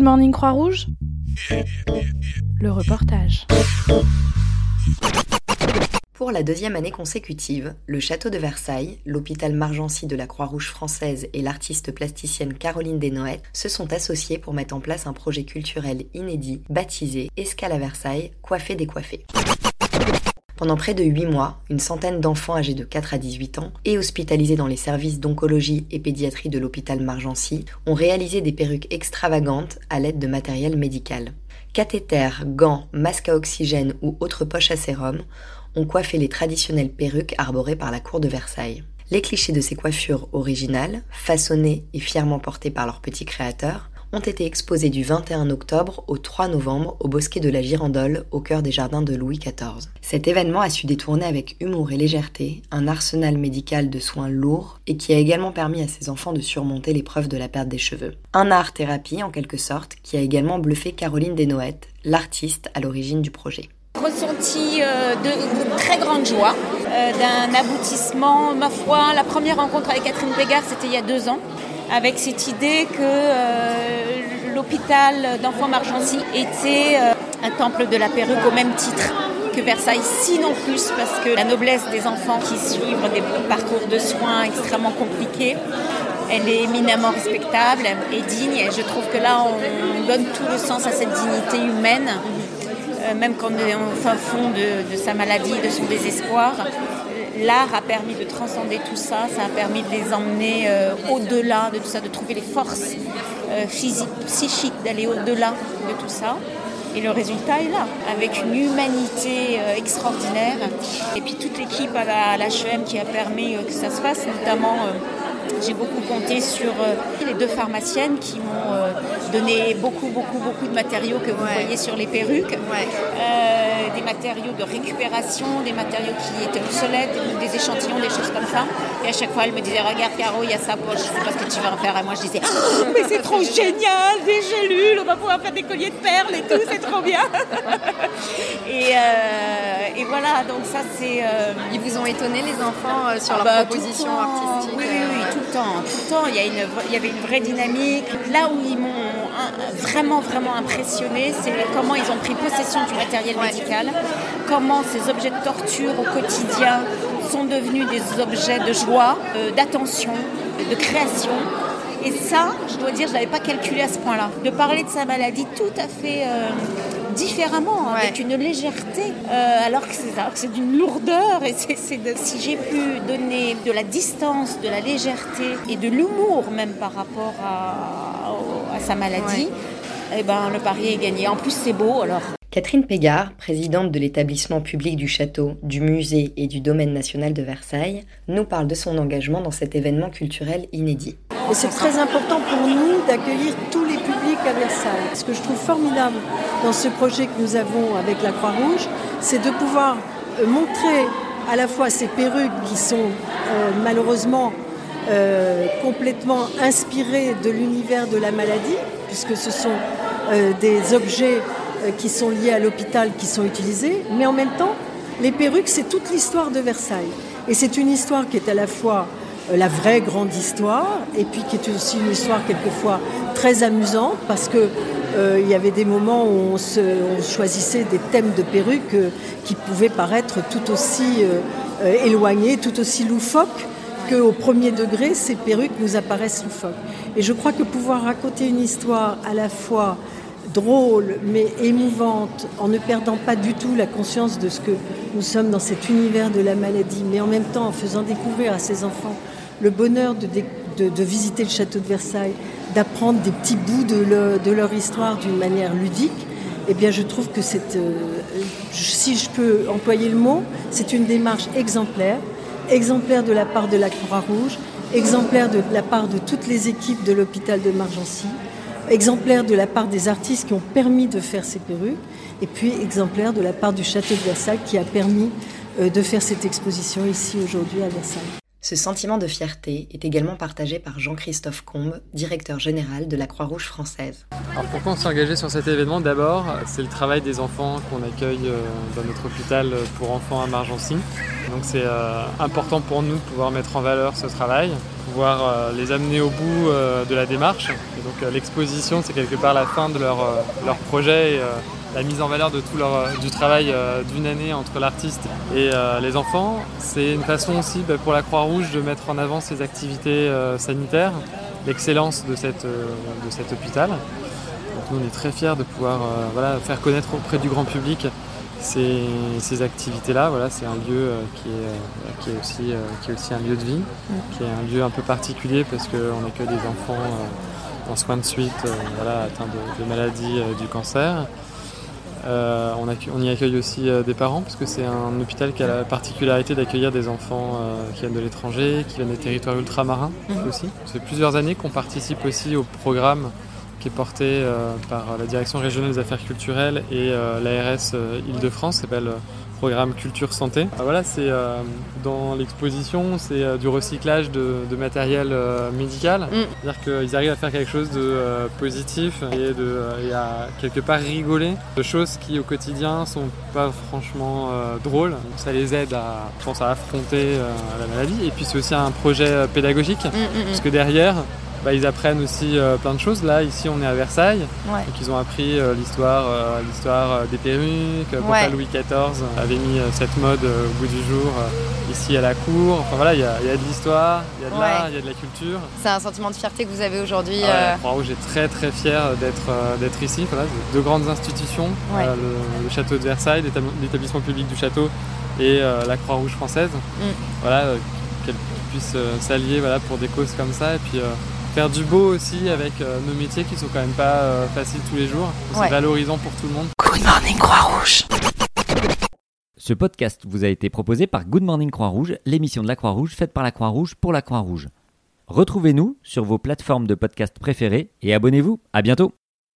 Morning Croix-Rouge, le reportage. Pour la deuxième année consécutive, le Château de Versailles, l'hôpital Margency de la Croix-Rouge française et l'artiste plasticienne Caroline Desnoëttes se sont associés pour mettre en place un projet culturel inédit baptisé Escale à Versailles, coiffé décoiffé. Pendant près de 8 mois, une centaine d'enfants âgés de 4 à 18 ans et hospitalisés dans les services d'oncologie et pédiatrie de l'hôpital Margency ont réalisé des perruques extravagantes à l'aide de matériel médical. Cathéters, gants, masques à oxygène ou autres poches à sérum ont coiffé les traditionnelles perruques arborées par la cour de Versailles. Les clichés de ces coiffures originales, façonnées et fièrement portées par leurs petits créateurs, ont été exposés du 21 octobre au 3 novembre au bosquet de la Girandole, au cœur des jardins de Louis XIV. Cet événement a su détourner avec humour et légèreté un arsenal médical de soins lourds et qui a également permis à ces enfants de surmonter l'épreuve de la perte des cheveux. Un art-thérapie en quelque sorte qui a également bluffé Caroline Desnoëttes, l'artiste à l'origine du projet. Ressenti de très grande joie, d'un aboutissement, ma foi. La première rencontre avec Catherine Pégard, c'était il y a 2 ans, avec cette idée que l'hôpital d'enfants Margency était un temple de la perruque au même titre que Versailles, sinon plus, parce que la noblesse des enfants qui suivent des parcours de soins extrêmement compliqués, elle est éminemment respectable et digne, et je trouve que là on donne tout le sens à cette dignité humaine. Même quand on est au fin fond de sa maladie, de son désespoir, l'art a permis de transcender tout ça, ça a permis de les emmener au-delà de tout ça, de trouver les forces physiques, psychiques, d'aller au-delà de tout ça. Et le résultat est là, avec une humanité extraordinaire. Et puis toute l'équipe à l'HEM qui a permis que ça se fasse, notamment... J'ai beaucoup compté sur les 2 pharmaciennes qui m'ont donné beaucoup de matériaux que vous voyez sur les perruques. Des matériaux de récupération, des matériaux qui étaient obsolètes, des échantillons, des choses comme ça. Et à chaque fois, elle me disait « Regarde Caro, il y a ça, je ne sais pas ce que tu vas en faire. » Et moi, je disais « Mais c'est trop génial, des gélules, on va pouvoir faire des colliers de perles et tout, c'est trop bien !» Et voilà, donc ça c'est... Ils vous ont étonné les enfants sur leur proposition artistique? Oui, tout le temps. Il y avait une vraie dynamique. Là où ils m'ont vraiment impressionné, c'est comment ils ont pris possession du matériel médical, comment ces objets de torture au quotidien sont devenus des objets de joie, d'attention, de création. Et ça, je dois dire, je ne l'avais pas calculé à ce point-là. De parler de sa maladie tout à fait différemment, avec une légèreté, alors que c'est d'une lourdeur. Et si j'ai pu donner de la distance, de la légèreté et de l'humour même par rapport à sa maladie, eh ben, le pari est gagné. En plus, c'est beau, alors. Catherine Pégard, présidente de l'établissement public du château, du musée et du domaine national de Versailles, nous parle de son engagement dans cet événement culturel inédit. Et c'est très important pour nous d'accueillir tous les publics à Versailles. Ce que je trouve formidable dans ce projet que nous avons avec la Croix-Rouge, c'est de pouvoir montrer à la fois ces perruques qui sont malheureusement complètement inspirées de l'univers de la maladie, puisque ce sont des objets qui sont liés à l'hôpital qui sont utilisés, mais en même temps, les perruques, c'est toute l'histoire de Versailles. Et c'est une histoire qui est à la fois la vraie grande histoire, et puis qui est aussi une histoire quelquefois très amusante, parce que il y avait des moments où on choisissait des thèmes de perruques qui pouvaient paraître tout aussi éloignés, tout aussi loufoques, qu'au premier degré, ces perruques nous apparaissent loufoques. Et je crois que pouvoir raconter une histoire à la fois drôle mais émouvante, en ne perdant pas du tout la conscience de ce que nous sommes dans cet univers de la maladie, mais en même temps en faisant découvrir à ces enfants le bonheur de visiter le château de Versailles, d'apprendre des petits bouts de leur histoire d'une manière ludique, eh bien je trouve que si je peux employer le mot, c'est une démarche exemplaire de la part de la Croix-Rouge, exemplaire de la part de toutes les équipes de l'hôpital de Margency, exemplaire de la part des artistes qui ont permis de faire ces perruques, et puis exemplaire de la part du château de Versailles qui a permis de faire cette exposition ici aujourd'hui à Versailles. Ce sentiment de fierté est également partagé par Jean-Christophe Combe, directeur général de la Croix-Rouge française. Alors pourquoi on s'est engagé sur cet événement? D'abord, c'est le travail des enfants qu'on accueille dans notre hôpital pour enfants à Margency. Donc c'est important pour nous de pouvoir mettre en valeur ce travail, pouvoir les amener au bout de la démarche. Et donc l'exposition, c'est quelque part la fin de leur projet et la mise en valeur de tout du travail d'une année entre l'artiste et les enfants. C'est une façon aussi pour la Croix-Rouge de mettre en avant ses activités sanitaires, l'excellence de cet hôpital. Donc nous, on est très fiers de pouvoir faire connaître auprès du grand public ces activités-là. Voilà, c'est un lieu qui est aussi un lieu de vie, qui est un lieu un peu particulier parce qu'on accueille des enfants en soins de suite atteints de maladies du cancer. On y accueille aussi des parents parce que c'est un hôpital qui a la particularité d'accueillir des enfants qui viennent de l'étranger, qui viennent des territoires ultramarins aussi. Ça fait plusieurs années qu'on participe aussi au programme qui est porté par la Direction régionale des affaires culturelles et l'ARS Île-de-France, qui s'appelle programme Culture Santé. C'est dans l'exposition, c'est du recyclage de matériel médical. C'est-à-dire qu'ils arrivent à faire quelque chose de positif et à quelque part rigoler de choses qui au quotidien sont pas franchement drôles. Donc, ça les aide à affronter la maladie. Et puis c'est aussi un projet pédagogique, parce que derrière, ils apprennent aussi plein de choses. Là, ici, on est à Versailles. Ouais. Donc, ils ont appris l'histoire des perruques. Pourquoi Louis XIV avait mis cette mode au bout du jour ici à la cour. Enfin il y a de l'histoire, il y a de l'art, il y a de la culture. C'est un sentiment de fierté que vous avez aujourd'hui. La Croix-Rouge est très très fier d'être ici. Deux grandes institutions, le château de Versailles, l'établissement public du château et la Croix-Rouge française. Qu'elles puissent s'allier pour des causes comme ça. Et puis faire du beau aussi avec nos métiers qui sont quand même pas faciles tous les jours. C'est valorisant pour tout le monde. Good Morning Croix-Rouge. Ce podcast vous a été proposé par Good Morning Croix-Rouge, l'émission de la Croix-Rouge faite par la Croix-Rouge pour la Croix-Rouge. Retrouvez-nous sur vos plateformes de podcast préférées et abonnez-vous. À bientôt.